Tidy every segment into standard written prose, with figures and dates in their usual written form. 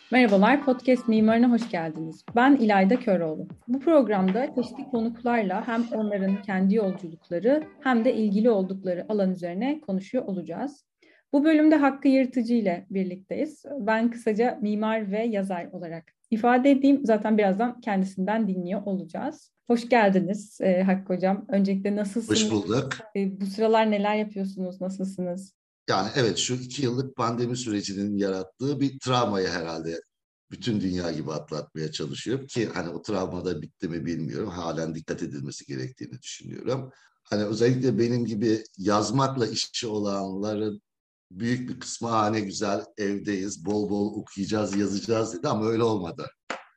Merhabalar, Podcast Mimarına hoş geldiniz. Ben İlayda Köroğlu. Bu programda çeşitli konuklarla hem onların kendi yolculukları hem de ilgili oldukları alan üzerine konuşuyor olacağız. Bu bölümde Hakkı Yırtıcı ile birlikteyiz. Ben kısaca mimar ve yazar olarak ifade edeyim. Zaten birazdan kendisinden dinliyor olacağız. Hoş geldiniz Hakkı Hocam. Öncelikle Hoş nasılsınız? bulduk. Bu sıralar neler yapıyorsunuz? Nasılsınız? Yani evet şu 2 yıllık pandemi sürecinin yarattığı bir travmayı herhalde bütün dünya gibi atlatmaya çalışıyorum ki hani o travma da bitti mi bilmiyorum. Halen dikkat edilmesi gerektiğini düşünüyorum. Hani özellikle benim gibi yazmakla işi olanların büyük bir kısmı ne güzel evdeyiz, bol bol okuyacağız, yazacağız dedi ama öyle olmadı.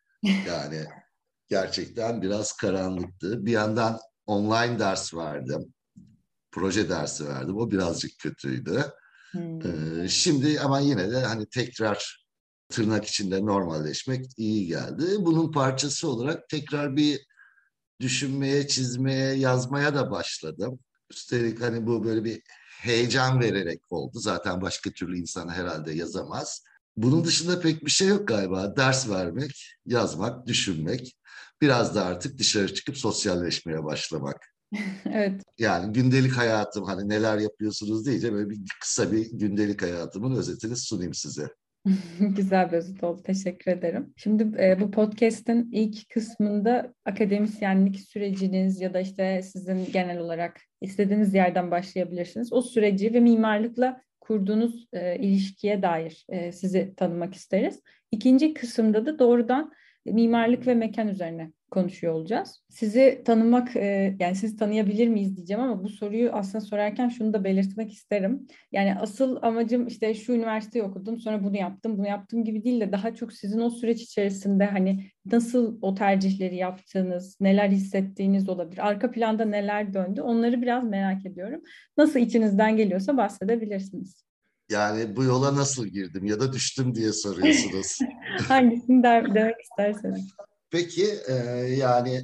Yani gerçekten biraz karanlıktı. Bir yandan online ders verdim, proje dersi verdim. O birazcık kötüydü. Hmm. Şimdi ama yine de hani tekrar tırnak içinde normalleşmek iyi geldi. Bunun parçası olarak tekrar bir düşünmeye, çizmeye, yazmaya da başladım. Üstelik hani bu böyle bir heyecan vererek oldu. Zaten başka türlü insan herhalde yazamaz. Bunun dışında pek bir şey yok galiba. Ders vermek, yazmak, düşünmek. Biraz da artık dışarı çıkıp sosyalleşmeye başlamak. Evet. Yani gündelik hayatım hani neler yapıyorsunuz diyece böyle bir kısa bir gündelik hayatımın özetini sunayım size. Güzel bir özet oldu. Teşekkür ederim. Şimdi bu podcast'in ilk kısmında akademisyenlik süreciniz ya da işte sizin genel olarak istediğiniz yerden başlayabilirsiniz. O süreci ve mimarlıkla kurduğunuz ilişkiye dair sizi tanımak isteriz. İkinci kısımda da doğrudan mimarlık ve mekan üzerine konuşuyor olacağız. Sizi tanımak, yani sizi tanıyabilir miyiz diyeceğim ama bu soruyu aslında sorarken şunu da belirtmek isterim. Yani asıl amacım işte şu üniversiteyi okudum, sonra bunu yaptım, bunu yaptım gibi değil de daha çok sizin o süreç içerisinde hani nasıl o tercihleri yaptığınız, neler hissettiğiniz olabilir. Arka planda neler döndü, onları biraz merak ediyorum. Nasıl içinizden geliyorsa bahsedebilirsiniz. Yani bu yola nasıl girdim ya da düştüm diye soruyorsunuz. Hangisini demek isterseniz. Peki yani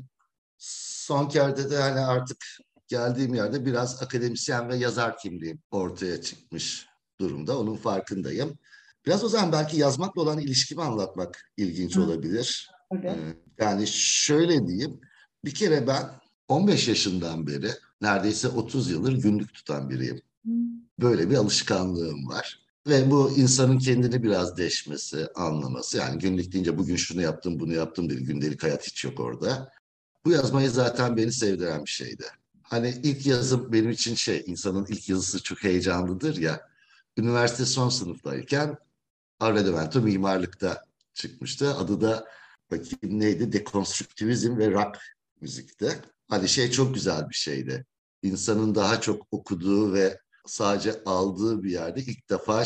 son kerde de hani artık geldiğim yerde biraz akademisyen ve yazar kimliğim ortaya çıkmış durumda. Onun farkındayım. Biraz o zaman belki yazmakla olan ilişkimi anlatmak ilginç Hı, olabilir. E, tabii. Yani şöyle diyeyim. Bir kere ben 15 yaşından beri neredeyse 30 yıldır günlük tutan biriyim. Hı. Böyle bir alışkanlığım var. Ve bu insanın kendini biraz deşmesi, anlaması. Yani günlük deyince bugün şunu yaptım, bunu yaptım değil. Gündelik hayat hiç yok orada. Bu yazmayı zaten beni sevdiren bir şeydi. Hani ilk yazım benim için insanın ilk yazısı çok heyecanlıdır ya. Üniversite son sınıftayken Arredimento mimarlıkta çıkmıştı. Adı da bakayım neydi? Dekonstrüktivizm ve rock müzikte. Hani çok güzel bir şeydi. İnsanın daha çok okuduğu ve sadece aldığı bir yerde ilk defa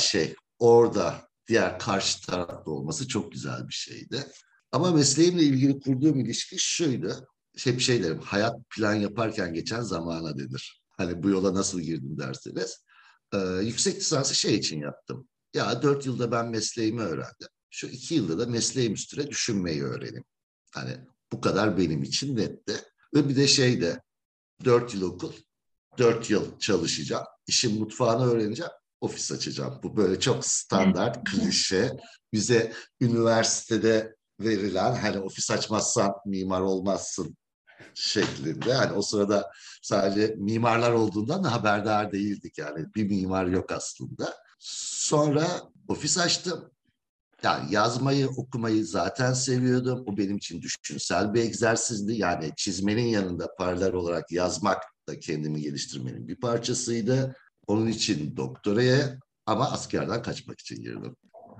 orada diğer karşı tarafta olması çok güzel bir şeydi. Ama mesleğimle ilgili kurduğum ilişki şuydu. Hep derim, hayat plan yaparken geçen zamana denir. Hani bu yola nasıl girdim derseniz. Yüksek lisansı için yaptım. Ya 4 yılda ben mesleğimi öğrendim. Şu 2 yılda da mesleğim üstüne düşünmeyi öğreneyim. Hani bu kadar benim için netti. Ve bir de 4 yıl okul, 4 yıl çalışacağım. İşin mutfağını öğreneceğim, ofis açacağım. Bu böyle çok standart, klişe. Bize üniversitede verilen hani ofis açmazsan mimar olmazsın şeklinde. Hani o sırada sadece mimarlar olduğundan da haberdar değildik yani. Bir mimar yok aslında. Sonra ofis açtım. Yani yazmayı, okumayı zaten seviyordum. O benim için düşünsel bir egzersizdi. Yani çizmenin yanında paralel olarak yazmak da kendimi geliştirmenin bir parçasıydı. Onun için doktoraya ama askerden kaçmak için girdim.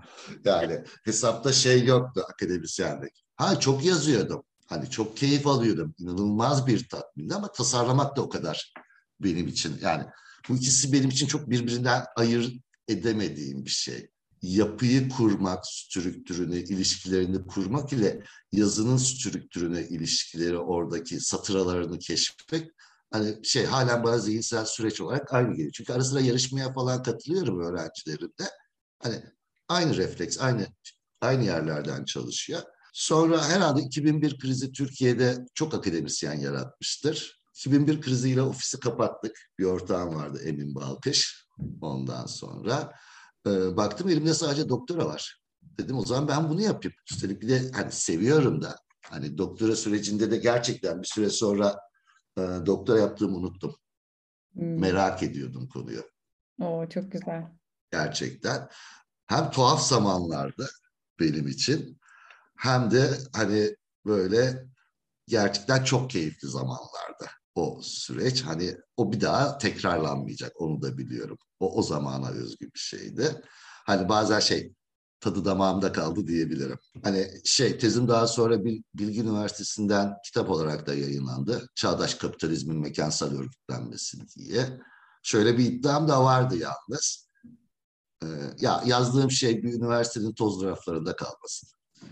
Yani hesapta yoktu akademisyenlik. Ha çok yazıyordum. Hani çok keyif alıyordum. İnanılmaz bir tatmindi ama tasarlamak da o kadar benim için. Yani bu ikisi benim için çok birbirinden ayırt edemediğim bir şey. Yapıyı kurmak, strüktürünü, ilişkilerini kurmak ile yazının strüktürüne ilişkileri oradaki satıralarını keşfetmek hani halen bana zihinsel süreç olarak aynı geliyor. Çünkü ara sıra yarışmaya falan katılıyorum öğrencilerimle. Hani aynı refleks, aynı yerlerden çalışıyor. Sonra herhalde 2001 krizi Türkiye'de çok akademisyen yaratmıştır. 2001 kriziyle ofisi kapattık. Bir ortağım vardı Emin Balkış. Ondan sonra baktım elimde sadece doktora var. Dedim o zaman ben bunu yapayım. Üstelik bir de hani seviyorum da. Hani doktora sürecinde de gerçekten bir süre sonra doktora yaptığımı unuttum. Hmm. Merak ediyordum konuyu Oo, çok güzel. gerçekten. Hem tuhaf zamanlardı benim için hem de hani böyle gerçekten çok keyifli zamanlardı o süreç. Hani o bir daha tekrarlanmayacak, onu da biliyorum. O zamana özgü bir şeydi. Hani bazen tadı damağımda kaldı diyebilirim. Hani tezim daha sonra Bilgi Üniversitesi'nden kitap olarak da yayınlandı. Çağdaş Kapitalizmin Mekansal Örgütlenmesi diye. Şöyle bir iddiam da vardı yalnız. Ee, Ya yazdığım şey bir üniversitenin toz raflarında kalmasın.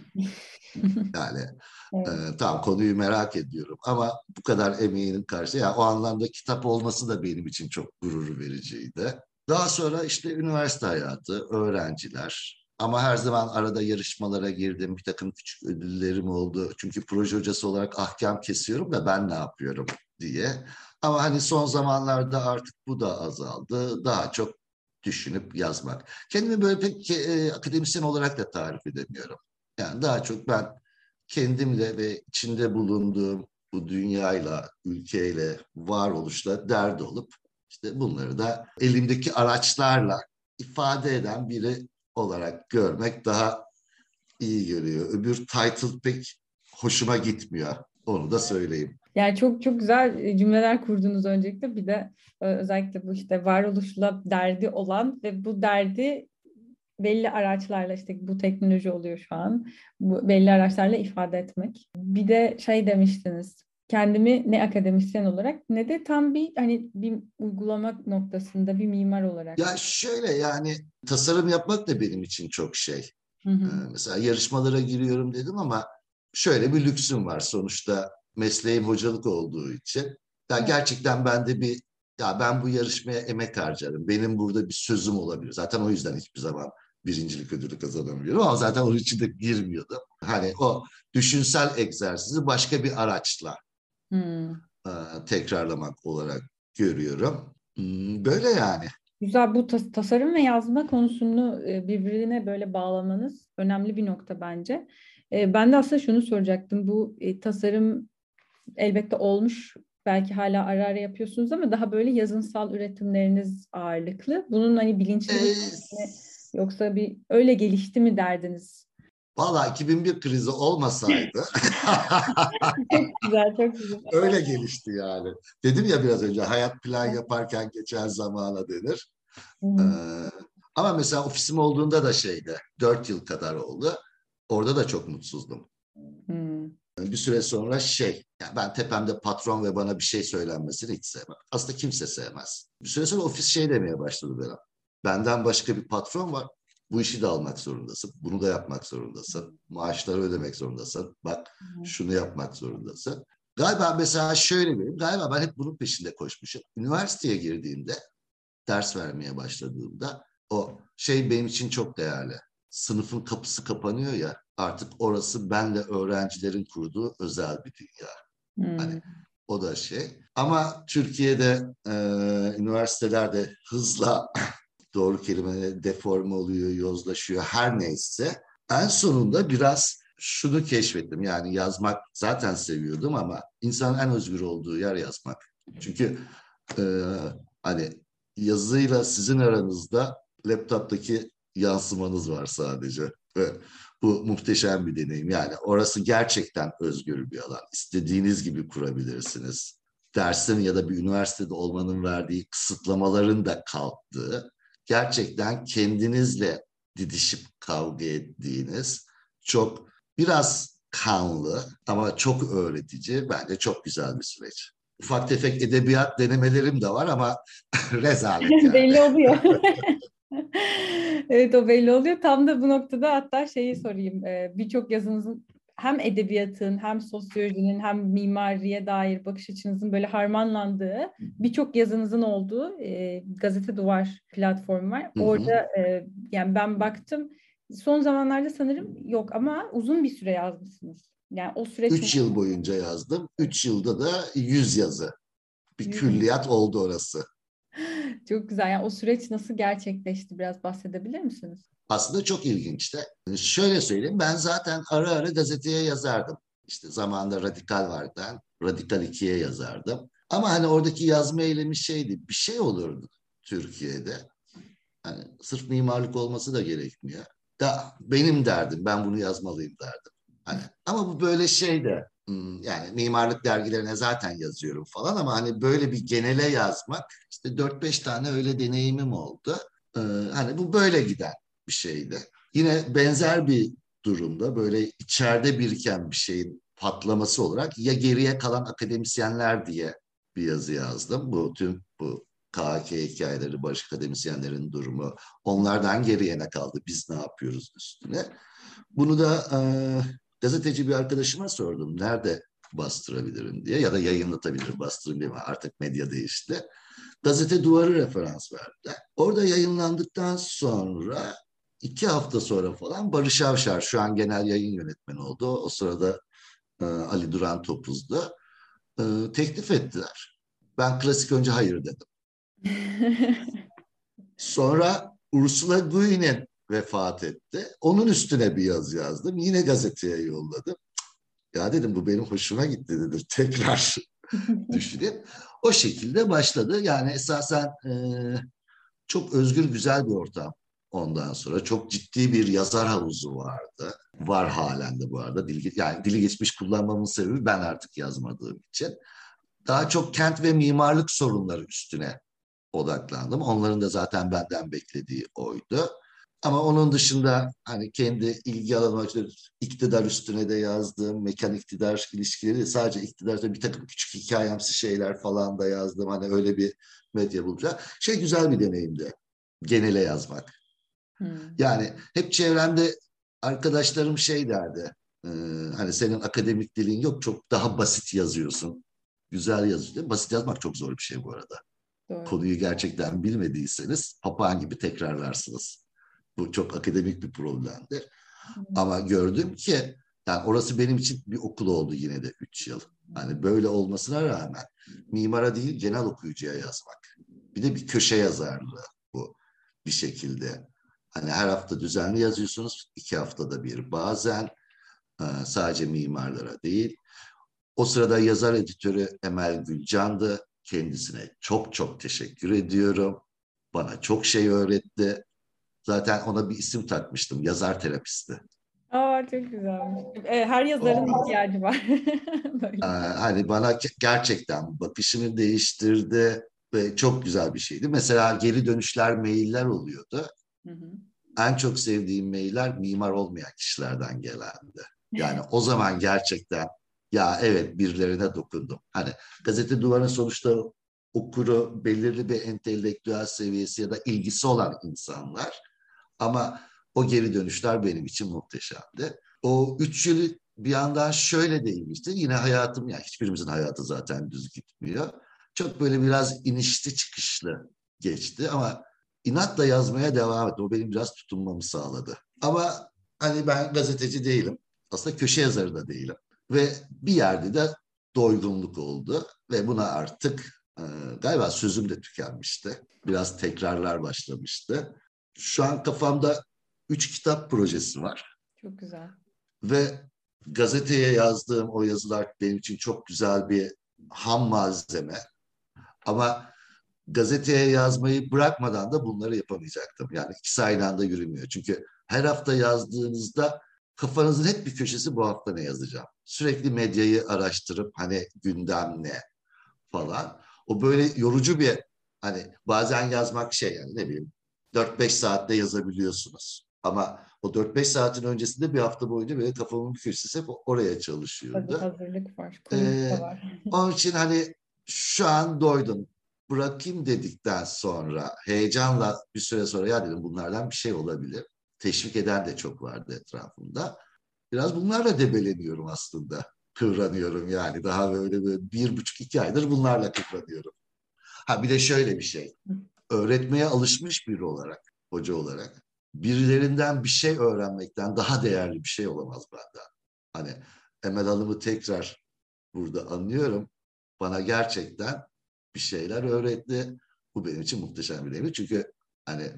Yani Evet. tamam, konuyu merak ediyorum ama bu kadar emeğinin karşı, yani o anlamda kitap olması da benim için çok gurur vericiydi. Daha sonra işte üniversite hayatı, öğrenciler, ama her zaman arada yarışmalara girdim. Bir takım küçük ödüllerim oldu. Çünkü proje hocası olarak ahkam kesiyorum da ben ne yapıyorum diye. Ama hani son zamanlarda artık bu da azaldı. Daha çok düşünüp yazmak. Kendimi böyle pek akademisyen olarak da tarif edemiyorum. Yani daha çok ben kendimle ve içinde bulunduğum bu dünyayla, ülkeyle, varoluşla derdi olup işte bunları da elimdeki araçlarla ifade eden biri olarak görmek daha iyi geliyor. Öbür title pek hoşuma gitmiyor. Onu da söyleyeyim. Yani çok çok güzel cümleler kurdunuz öncelikle. Bir de özellikle bu işte varoluşla derdi olan ve bu derdi belli araçlarla, işte bu teknoloji oluyor şu an. Bu belli araçlarla ifade etmek. Bir de şey demiştiniz. Kendimi ne akademisyen olarak ne de tam bir hani bir uygulama noktasında bir mimar olarak. Ya şöyle, yani tasarım yapmak da benim için çok Hı hı. Mesela yarışmalara giriyorum dedim ama şöyle bir lüksüm var. Sonuçta mesleğim hocalık olduğu için. Ya Evet. gerçekten ben bu yarışmaya emek harcarım. Benim burada bir sözüm olabilir. Zaten o yüzden hiçbir zaman birincilik ödülü kazanamıyorum ama zaten onun için de girmiyordum. Hani o düşünsel egzersizi başka bir araçla Hmm. e, tekrarlamak olarak görüyorum. Böyle yani. Güzel, bu tasarım ve yazma konusunu birbirine böyle bağlamanız önemli bir nokta bence. Ben de aslında şunu soracaktım. Bu tasarım elbette olmuş. Belki hala ara ara yapıyorsunuz ama daha böyle yazınsal üretimleriniz ağırlıklı. Bunun hani bilinçli bir E, mi, yoksa bir öyle gelişti mi derdiniz? Valla 2001 krizi olmasaydı Çok güzel, çok güzel. öyle gelişti yani. Dedim ya biraz önce, hayat plan yaparken geçen zamana denir. Hı Ee, hı. Ama mesela ofisim olduğunda da 4 yıl kadar oldu. Orada da çok mutsuzdum. Hmm. Bir süre sonra yani ben tepemde patron ve bana bir şey söylenmesini hiç sevmem. Aslında kimse sevmez. Bir süre sonra ofis demeye başladı bana. Benden başka bir patron var. Bu işi de almak zorundasın. Bunu da yapmak zorundasın. Maaşları ödemek zorundasın. Bak, şunu yapmak zorundasın. Galiba mesela galiba ben hep bunun peşinde koşmuşum. Üniversiteye girdiğimde, ders vermeye başladığımda o benim için çok değerli. Sınıfın kapısı kapanıyor ya, artık orası benle öğrencilerin kurduğu özel bir dünya. Hani Hmm. o da Ama Türkiye'de üniversitelerde hızla doğru kelime deforme oluyor, yozlaşıyor, her neyse. En sonunda biraz şunu keşfettim. Yani yazmak zaten seviyordum ama insanın en özgür olduğu yer yazmak. Çünkü e, hani yazıyla sizin aranızda laptoptaki yansımanız var sadece. Ve bu muhteşem bir deneyim. Yani orası gerçekten özgür bir alan. İstediğiniz gibi kurabilirsiniz. Dersin ya da bir üniversitede olmanın verdiği kısıtlamaların da kalktığı, gerçekten kendinizle didişip kavga ettiğiniz, biraz kanlı ama çok öğretici, bence çok güzel bir süreç. Ufak tefek edebiyat denemelerim de var ama rezalet yani. Belli oluyor. Evet, o belli oluyor. Tam da bu noktada hatta şeyi sorayım. Birçok yazınızın hem edebiyatın hem sosyolojinin hem mimariye dair bakış açınızın böyle harmanlandığı birçok yazınızın olduğu Gazete Duvar platformu var. Hı hı. Orada yani ben baktım, son zamanlarda sanırım yok ama uzun bir süre yazmışsınız. Yani o süreç 3 yıl boyunca yazdım. 3 yılda da 100 yazı. Bir nasıl? külliyat oldu orası. Çok güzel. Yani o süreç nasıl gerçekleşti? Biraz bahsedebilir misiniz? Aslında çok ilginçti. Şöyle söyleyeyim, ben zaten ara ara gazeteye yazardım. İşte zamanında Radikal vardı. Radikal 2'ye yazardım. Ama hani oradaki yazma eylemi şeydi, bir şey olurdu Türkiye'de. Hani sırf mimarlık olması da gerekmiyor. Da benim derdim, ben bunu yazmalıyım derdim. Hani ama bu böyle şey de yani mimarlık dergilerine zaten yazıyorum falan ama hani böyle bir genele yazmak işte 4-5 tane öyle deneyimim oldu. Hani bu böyle giden bir şeydi. Yine benzer bir durumda böyle içeride biriken bir şeyin patlaması olarak ya geriye kalan akademisyenler diye bir yazı yazdım. Bu tüm bu KHK hikayeleri, Barış akademisyenlerin durumu, onlardan geriye ne kaldı, biz ne yapıyoruz üstüne. Bunu da gazeteci bir arkadaşıma sordum. Nerede bastırabilirim diye ya da yayınlatabilirim, bastırın diye, artık medya değişti. Gazete Duvarı referans verdi. Orada yayınlandıktan sonra 2 hafta sonra falan Barış Avşar şu an genel yayın yönetmeni oldu. O sırada Ali Duran Topuz'du. Teklif ettiler. Ben klasik önce hayır dedim. Sonra Ursula Guin'in vefat etti. Onun üstüne bir yazı yazdım. Yine gazeteye yolladım. Ya dedim bu benim hoşuma gitti dedim. Tekrar düşünüp o şekilde başladı. Yani esasen çok özgür güzel bir ortam ondan sonra. Çok ciddi bir yazar havuzu vardı. Var halen de bu arada. Yani dili geçmiş kullanmamın sebebi ben artık yazmadığım için. Daha çok kent ve mimarlık sorunları üstüne odaklandım. Onların da zaten benden beklediği oydu. Ama onun dışında hani kendi ilgi alanıma işte iktidar üstüne de yazdığım mekan iktidar ilişkileri sadece iktidarda bir takım küçük hikayemsi şeyler falan da yazdım. Hani öyle bir medya bulacak. Şey güzel bir deneyimdi. Genele yazmak. Hmm. Yani hep çevremde arkadaşlarım şey derdi. e, Hani senin akademik dilin yok, çok daha basit yazıyorsun. Güzel yazıyorsun. Basit yazmak çok zor bir şey bu arada. Doğru. Konuyu gerçekten bilmediyseniz papağan gibi tekrarlarsınız. Bu çok akademik bir problemdir. Ama gördüm ki yani orası benim için bir okul oldu yine de 3 yıl. Hani böyle olmasına rağmen mimara değil genel okuyucuya yazmak. Bir de bir köşe yazarlığı bu bir şekilde. Hani her hafta düzenli yazıyorsunuz, 2 haftada bir bazen sadece mimarlara değil. O sırada yazar editörü Emel Gülcan'dı. Kendisine çok çok teşekkür ediyorum. Bana çok şey öğretti. Zaten ona bir isim takmıştım. Yazar terapisti. Aa, çok güzelmiş. Her yazarın ihtiyacı var. Böyle. Hani bana gerçekten bakışımı değiştirdi ve çok güzel bir şeydi. Mesela geri dönüşler, mailler oluyordu. Hı hı. En çok sevdiğim mailler mimar olmayan kişilerden gelendi. Yani o zaman gerçekten ya evet birilerine dokundum. Hani gazete duvarın sonuçta okuru belirli bir entelektüel seviyesi ya da ilgisi olan insanlar. Ama o geri dönüşler benim için muhteşemdi. O 3 yıl bir yandan şöyle değilmişti. Yine hayatım yani hiçbirimizin hayatı zaten düz gitmiyor. Çok böyle biraz inişli çıkışlı geçti ama inatla yazmaya devam ettim. O benim biraz tutunmamı sağladı. Ama hani ben gazeteci değilim. Aslında köşe yazarı da değilim. Ve bir yerde de doygunluk oldu. Ve buna artık galiba sözüm de tükenmişti. Biraz tekrarlar başlamıştı. Şu an kafamda 3 kitap projesi var. Çok güzel. Ve gazeteye yazdığım o yazılar benim için çok güzel bir ham malzeme. Ama gazeteye yazmayı bırakmadan da bunları yapamayacaktım. Yani ikisi aynı anda yürümüyor. Çünkü her hafta yazdığınızda kafanızın hep bir köşesi bu hafta ne yazacağım. Sürekli medyayı araştırıp hani gündem ne falan. O böyle yorucu bir hani bazen yazmak şey yani ne bileyim 4-5 saatte yazabiliyorsunuz. Ama o 4-5 saatin öncesinde bir hafta boyunca böyle kafamın bir köşesi hep oraya Tabii çalışıyordu. hazırlık var, kulis de Ee, var. Onun için hani şu an doydum. Bırakayım dedikten sonra heyecanla bir süre sonra ya dedim bunlardan bir şey olabilir. Teşvik eden de çok vardı etrafımda. Biraz bunlarla debeleniyorum aslında. Kıvranıyorum yani. Daha böyle 1,5-2 aydır bunlarla kıvranıyorum. Ha bir de şöyle bir şey. Öğretmeye alışmış biri olarak, hoca olarak birilerinden bir şey öğrenmekten daha değerli bir şey olamaz benden. Hani Emel Hanım'ı tekrar burada anlıyorum. Bana gerçekten bir şeyler öğretti. Bu benim için muhteşem bir deneyim. Çünkü hani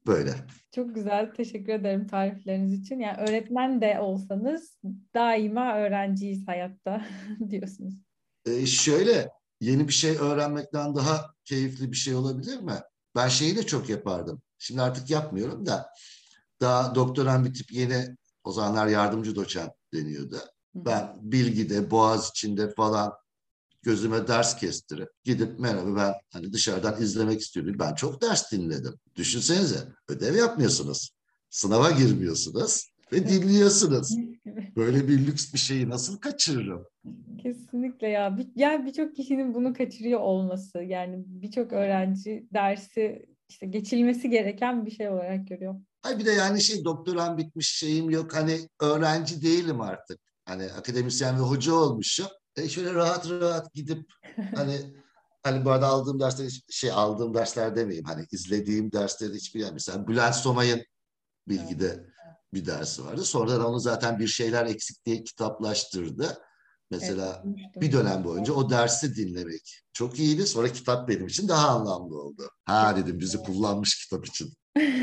Böyle. Çok güzel. Teşekkür ederim tarifleriniz için. Yani öğretmen de olsanız daima öğrenciyiz hayatta diyorsunuz. Şöyle yeni bir şey öğrenmekten daha keyifli bir şey olabilir mi? Ben şeyi de çok yapardım. Şimdi artık yapmıyorum da daha doktoram bitip yeni o zamanlar yardımcı doçent deniyordu. Hı hı. Ben Bilgi'de, Boğaziçi'nde falan gözüme ders kestirip gidip merhaba ben hani dışarıdan izlemek istiyorum. Ben çok ders dinledim. Düşünsenize ödev yapmıyorsunuz. Sınava girmiyorsunuz ve dinliyorsunuz. Böyle bir lüks bir şeyi nasıl kaçırırım? Kesinlikle ya. Yani birçok kişinin bunu kaçırıyor olması. Yani birçok öğrenci dersi işte geçilmesi gereken bir şey olarak görüyor. Ay bir de yani şey doktoram bitmiş şeyim yok. Hani öğrenci değilim artık. Hani akademisyen ve hoca olmuşum. Şöyle rahat rahat gidip hani bu arada aldığım dersler şey aldığım dersler demeyeyim. Hani izlediğim dersleri hiçbir yer. Mesela Bülent Somay'ın Evet, Bilgi'de bir dersi vardı. Sonradan onu zaten bir şeyler eksik diye kitaplaştırdı. evet, Mesela bir okumuştum. dönem boyunca o dersi dinlemek çok iyiydi. Sonra kitap benim için daha anlamlı oldu. Ha dedim bizi kullanmış kitap için.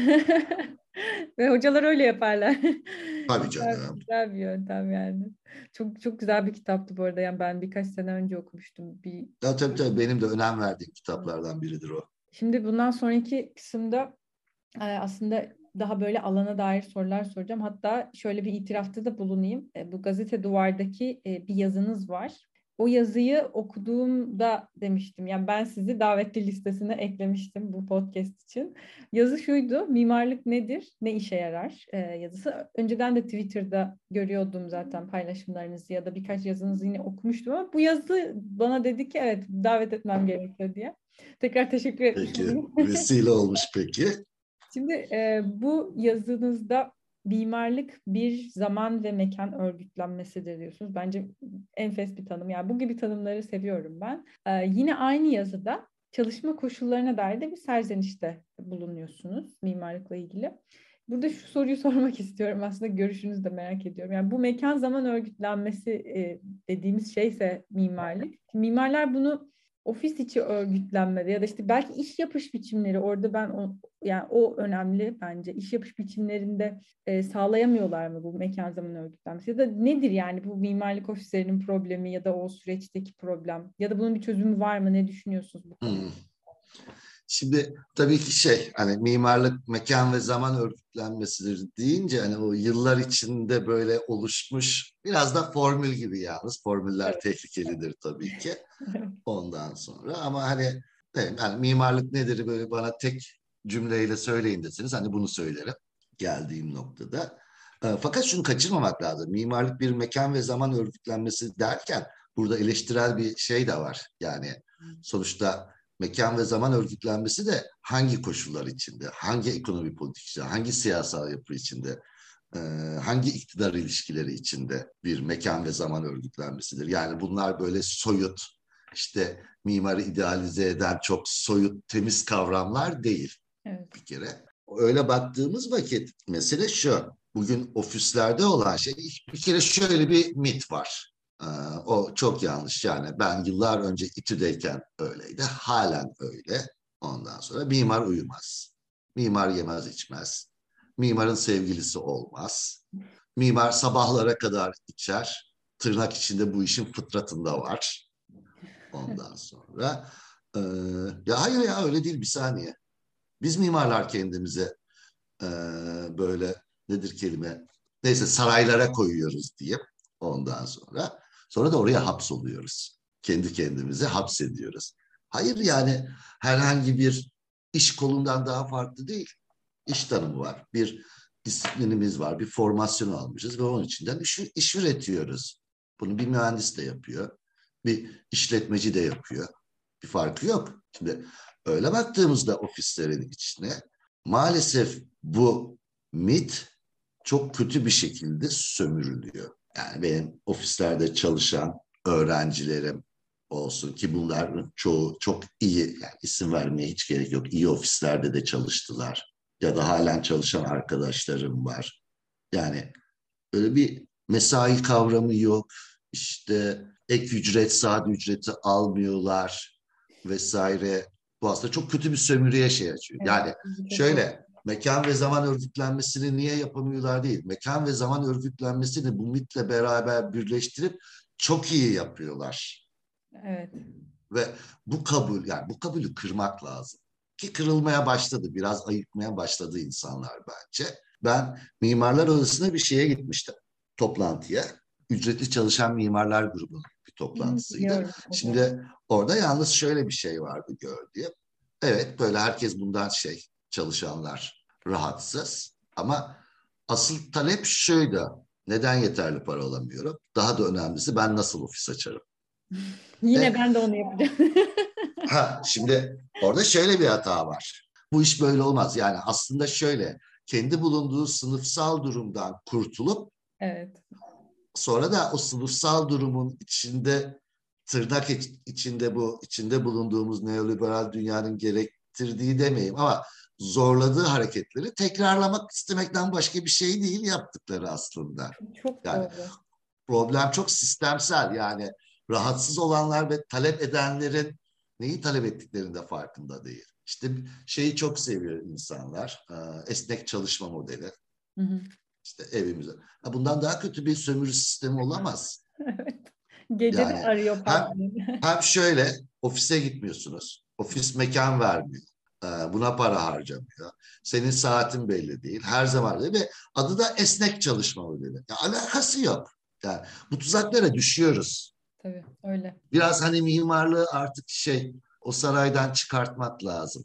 Ve hocalar öyle yaparlar. Tabii Güzel, canım. güzel bir yöntem yani. Çok çok güzel bir kitaptı bu arada. Yani ben birkaç sene önce okumuştum. Ya, tabii benim de önem verdiğim kitaplardan biridir o. Şimdi bundan sonraki kısımda aslında daha böyle alana dair sorular soracağım. Hatta şöyle bir itirafta da bulunayım. Bu Gazete Duvar'daki bir yazınız var. O yazıyı okuduğumda demiştim. Yani ben sizi davetli listesine eklemiştim bu podcast için. Yazı şuydu: mimarlık nedir, ne işe yarar yazısı. Önceden de Twitter'da görüyordum zaten paylaşımlarınızı ya da birkaç yazınızı yine okumuştum ama bu yazı bana dedi ki evet davet etmem gerekiyor diye. Tekrar teşekkür etmiş Peki olayım. vesile olmuş peki. Şimdi bu yazınızda mimarlık bir zaman ve mekan örgütlenmesidir diyorsunuz. Bence enfes bir tanım. Yani bu gibi tanımları seviyorum ben. Yine aynı yazıda çalışma koşullarına dair de bir serzenişte bulunuyorsunuz mimarlıkla ilgili. Burada şu soruyu sormak istiyorum. Aslında görüşünüzü de merak ediyorum. Yani bu mekan zaman örgütlenmesi dediğimiz şeyse mimarlık. Mimarlar bunu ofis içi örgütlenmede ya da işte belki iş yapış biçimleri orada yani o önemli bence. İş yapış biçimlerinde sağlayamıyorlar mı bu mekan zaman örgütlenmesi? Ya da nedir yani bu mimarlık ofislerinin problemi ya da o süreçteki problem? Ya da bunun bir çözümü var mı? Ne düşünüyorsunuz bu konuda? Hmm. Şimdi tabii ki şey hani mimarlık mekan ve zaman örgütlenmesidir deyince hani o yıllar içinde böyle oluşmuş biraz da formül gibi yalnız formüller Evet. tehlikelidir tabii ki ondan sonra ama hani evet, yani mimarlık nedir böyle bana tek cümleyle söyleyin deseniz hani bunu söylerim geldiğim noktada. Fakat şunu kaçırmamak lazım. Mimarlık bir mekan ve zaman örgütlenmesi derken burada eleştirel bir şey de var. Yani sonuçta mekan ve zaman örgütlenmesi de hangi koşullar içinde, hangi ekonomi politik içinde, hangi siyasal yapı içinde, e, hangi iktidar ilişkileri içinde bir mekan ve zaman örgütlenmesidir. Yani bunlar böyle soyut, işte mimarı idealize eden çok soyut, temiz kavramlar değil Evet. bir kere. Öyle baktığımız vakit mesele şu. Bugün ofislerde olan şey bir kere şöyle bir mit var. O çok yanlış yani. Ben yıllar önce İTÜ'deyken öyleydi. Halen öyle. Ondan sonra mimar uyumaz. Mimar yemez içmez. Mimarın sevgilisi olmaz. Mimar sabahlara kadar içer. Tırnak içinde bu işin fıtratında var. Ondan sonra ya hayır ya öyle değil bir saniye. Biz mimarlar kendimize e, böyle nedir kelime? Neyse saraylara koyuyoruz diye ondan sonra da oraya hapsoluyoruz. Kendi kendimize hapsediyoruz. Hayır yani herhangi bir iş kolundan daha farklı değil. İş tanımı var. Bir disiplinimiz var. Bir formasyon almışız ve onun içinden iş üretiyoruz. Bunu bir mühendis de yapıyor. Bir işletmeci de yapıyor. Bir farkı yok. Şimdi öyle baktığımızda ofislerin içine maalesef bu mit çok kötü bir şekilde sömürülüyor. Yani benim ofislerde çalışan öğrencilerim olsun ki bunların çoğu çok iyi, yani isim vermeye hiç gerek yok. İyi ofislerde de çalıştılar ya da halen çalışan arkadaşlarım var. Yani öyle bir mesai kavramı yok. İşte ek ücret, saat ücreti almıyorlar vesaire. Bu aslında çok kötü bir sömürüye şey açıyor. Evet. Yani Çok doğru. şöyle mekan ve zaman örgütlenmesini niye yapamıyorlar değil. Mekan ve zaman örgütlenmesini bu mitle beraber birleştirip çok iyi yapıyorlar. Evet. Ve bu kabul, yani bu kabulü kırmak lazım. Ki kırılmaya başladı, biraz ayıkmaya başladı insanlar bence. Ben Mimarlar Odası'na bir şeye gitmiştim, toplantıya. Ücretli Çalışan Mimarlar Grubu'nun bir toplantısıydı. Biliyorum. Evet. Şimdi orada yalnız şöyle bir şey vardı gördüğüm. Evet, böyle herkes bundan çalışanlar rahatsız. Ama asıl talep şuydu. Neden yeterli para alamıyorum? Daha da önemlisi, ben nasıl ofis açarım? Yine E, ben de onu yapacağım. Şimdi orada şöyle bir hata var. Bu iş böyle olmaz. Yani aslında şöyle, kendi bulunduğu sınıfsal durumdan kurtulup Evet. sonra da o sınıfsal durumun içinde, tırnak içinde, bu içinde bulunduğumuz neoliberal dünyanın gerektirdiği demeyeyim ama zorladığı hareketleri tekrarlamak istemekten başka bir şey değil yaptıkları aslında. Çok Yani doğru. problem çok sistemsel. Yani rahatsız olanlar ve talep edenlerin neyi talep ettiklerinin de farkında değil. İşte şeyi çok seviyor insanlar. Esnek çalışma modeli. Hı hı. İşte evimize. Bundan daha kötü bir sömürü sistemi olamaz. Evet. Gece de Yani arıyor hem patronunu. hem şöyle, ofise gitmiyorsunuz. Ofis mekan vermiyor. Buna para harcamıyor. Senin saatin belli değil. Her zaman öyle ve adı da esnek çalışma modeli. Ya, alakası yok. Yani bu tuzaklara düşüyoruz. Tabii öyle. Biraz hani mimarlığı artık o saraydan çıkartmak lazım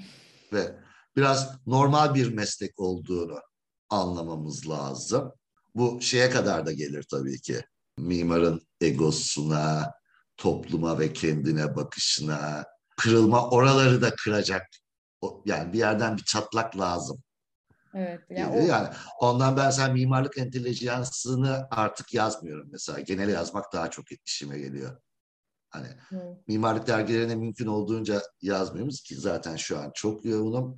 ve biraz normal bir meslek olduğunu anlamamız lazım. Bu şeye kadar da gelir tabii ki. Mimarın egosuna, topluma ve kendine bakışına, kırılma, oraları da kıracak. Yani bir yerden bir çatlak lazım Evet. Yani geliyor. o Yani ondan ben sen mimarlık entelijansını artık yazmıyorum mesela. Genele yazmak daha çok işime geliyor. Hani mimarlık dergilerine mümkün olduğunca yazmıyoruz ki zaten şu an çok yoğunum.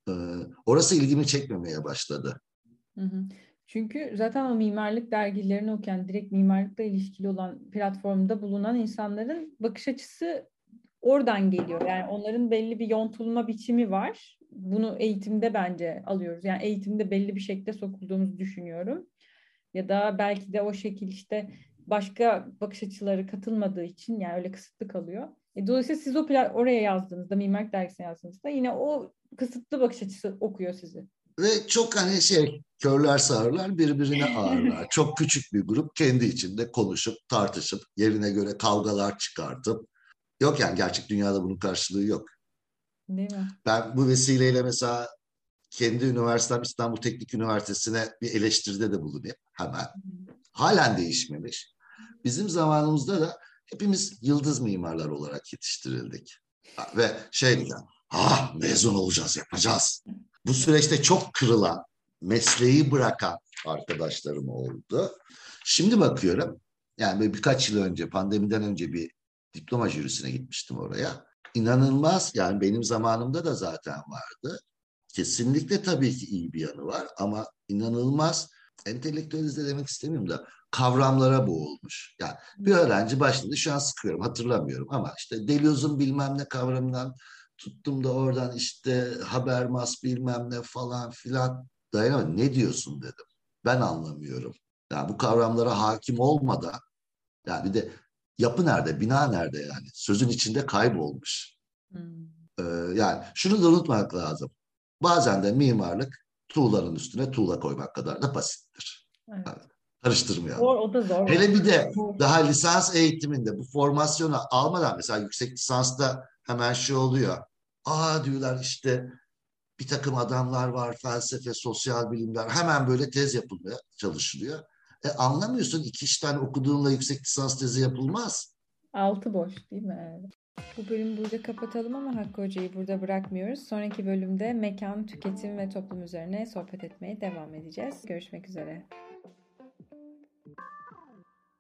Orası ilgimi çekmemeye başladı. Hı hı. Çünkü zaten o mimarlık dergilerini okuyan, direkt mimarlıkla ilişkili olan platformda bulunan insanların bakış açısı oradan geliyor. Yani onların belli bir yontulma biçimi var. Bunu eğitimde bence alıyoruz. Yani eğitimde belli bir şekilde sokulduğumuzu düşünüyorum. Ya da belki de o şekil işte başka bakış açıları katılmadığı için yani öyle kısıtlı kalıyor. Dolayısıyla siz oraya yazdığınızda, mimarlık dergisine yazdığınızda yine o kısıtlı bakış açısı okuyor sizi. Ve çok hani körler sağırlar birbirine ağırlar. Çok küçük bir grup kendi içinde konuşup tartışıp yerine göre kavgalar çıkartıp yok yani gerçek dünyada bunun karşılığı yok. Değil mi? Ben bu vesileyle mesela kendi üniversitem İstanbul Teknik Üniversitesi'ne bir eleştiride de bulunayım hemen. Halen değişmemiş. Bizim zamanımızda da hepimiz yıldız mimarlar olarak yetiştirildik. Ve yani, mezun olacağız, yapacağız. Bu süreçte çok kırılan, mesleği bırakan arkadaşlarım oldu. Şimdi bakıyorum, yani böyle birkaç yıl önce, pandemiden önce bir diploma jürisine gitmiştim oraya. İnanılmaz, yani benim zamanımda da zaten vardı. Kesinlikle tabii ki iyi bir yanı var ama inanılmaz entelektüelize demek istemiyorum da kavramlara boğulmuş. Yani bir öğrenci başladı, şu an sıkıyorum hatırlamıyorum ama işte Deleuze'un bilmem ne kavramından tuttum da oradan işte Habermas bilmem ne falan filan dayanamadım. Ne diyorsun dedim. Ben anlamıyorum. Yani bu kavramlara hakim olmadan yani bir de yapı nerede, bina nerede yani? Sözün içinde kaybolmuş. Hmm. Ee, Yani şunu da unutmak lazım. Bazen de mimarlık tuğlanın üstüne tuğla koymak kadar da basittir. Evet. Yani karıştırmayalım. Zor, o da zor yani. Hele bir de Zor. daha lisans eğitiminde bu formasyonu almadan mesela yüksek lisansta hemen oluyor. Diyorlar işte bir takım adamlar var, felsefe, sosyal bilimler, hemen böyle tez yapılmaya çalışılıyor. Anlamıyorsun, 2-3 tane okuduğunla yüksek lisans tezi yapılmaz. Altı boş değil mi? Evet. Bu bölümü burada kapatalım ama Hakkı Hoca'yı burada bırakmıyoruz. Sonraki bölümde mekan, tüketim ve toplum üzerine sohbet etmeye devam edeceğiz. Görüşmek üzere.